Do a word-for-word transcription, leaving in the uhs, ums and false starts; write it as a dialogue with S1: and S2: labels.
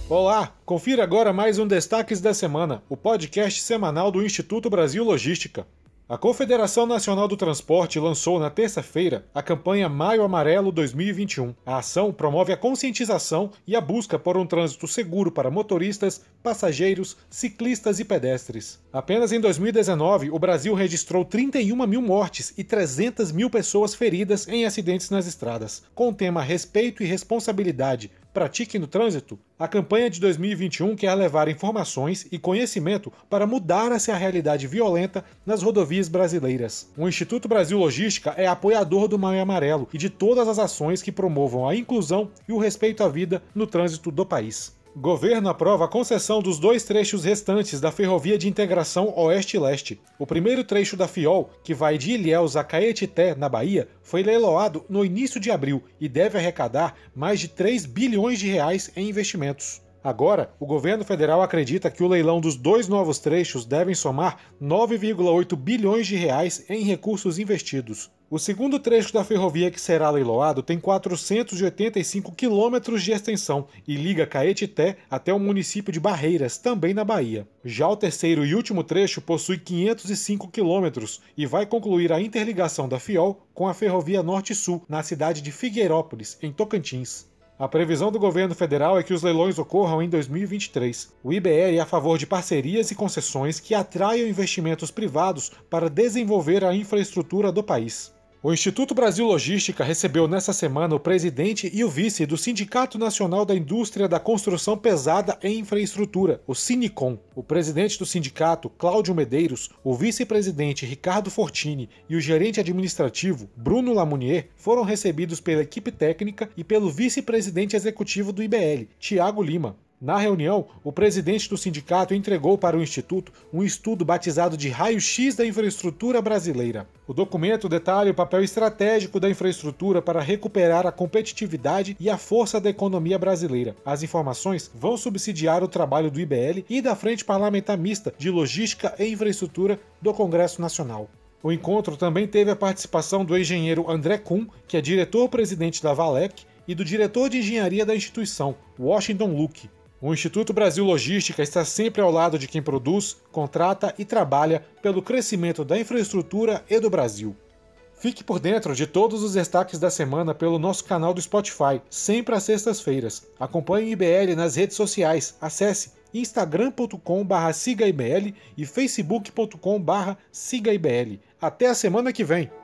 S1: Olá, confira agora mais um Destaques da Semana, o podcast semanal do Instituto Brasil Logística. A Confederação Nacional do Transporte lançou na terça-feira a campanha Maio Amarelo dois mil e vinte e um. A ação promove a conscientização e a busca por um trânsito seguro para motoristas, passageiros, ciclistas e pedestres. Apenas em dois mil e dezenove, o Brasil registrou trinta e uma mil mortes e trezentas mil pessoas feridas em acidentes nas estradas. Com o tema Respeito e Responsabilidade, Pratique no Trânsito, a campanha de dois mil e vinte e um quer levar informações e conhecimento para mudar essa realidade violenta nas rodovias brasileiras. O Instituto Brasil Logística é apoiador do Maio Amarelo e de todas as ações que promovam a inclusão e o respeito à vida no trânsito do país. Governo aprova a concessão dos dois trechos restantes da Ferrovia de Integração Oeste-Leste. O primeiro trecho da Fiol, que vai de Ilhéus a Caetité, na Bahia, foi leiloado no início de abril e deve arrecadar mais de três bilhões de reais em investimentos. Agora, o governo federal acredita que o leilão dos dois novos trechos devem somar nove vírgula oito bilhões de reais em recursos investidos. O segundo trecho da ferrovia que será leiloado tem quatrocentos e oitenta e cinco quilômetros de extensão e liga Caetité até o município de Barreiras, também na Bahia. Já o terceiro e último trecho possui quinhentos e cinco quilômetros e vai concluir a interligação da Fiol com a Ferrovia Norte-Sul, na cidade de Figueirópolis, em Tocantins. A previsão do governo federal é que os leilões ocorram em dois mil e vinte e três. O I B L é a favor de parcerias e concessões que atraiam investimentos privados para desenvolver a infraestrutura do país. O Instituto Brasil Logística recebeu nesta semana o presidente e o vice do Sindicato Nacional da Indústria da Construção Pesada e Infraestrutura, o Sinicom. O presidente do sindicato, Cláudio Medeiros, o vice-presidente Ricardo Fortini e o gerente administrativo, Bruno Lamounier, foram recebidos pela equipe técnica e pelo vice-presidente executivo do I B L, Tiago Lima. Na reunião, o presidente do sindicato entregou para o Instituto um estudo batizado de Raio-X da Infraestrutura Brasileira. O documento detalha o papel estratégico da infraestrutura para recuperar a competitividade e a força da economia brasileira. As informações vão subsidiar o trabalho do I B L e da Frente Parlamentar Mista de Logística e Infraestrutura do Congresso Nacional. O encontro também teve a participação do engenheiro André Kuhn, que é diretor-presidente da Valec, e do diretor de engenharia da instituição, Washington Luque. O Instituto Brasil Logística está sempre ao lado de quem produz, contrata e trabalha pelo crescimento da infraestrutura e do Brasil. Fique por dentro de todos os destaques da semana pelo nosso canal do Spotify, sempre às sextas-feiras. Acompanhe o I B L nas redes sociais. Acesse instagram ponto com barra siga I B L e facebook ponto com barra siga I B L. Até a semana que vem!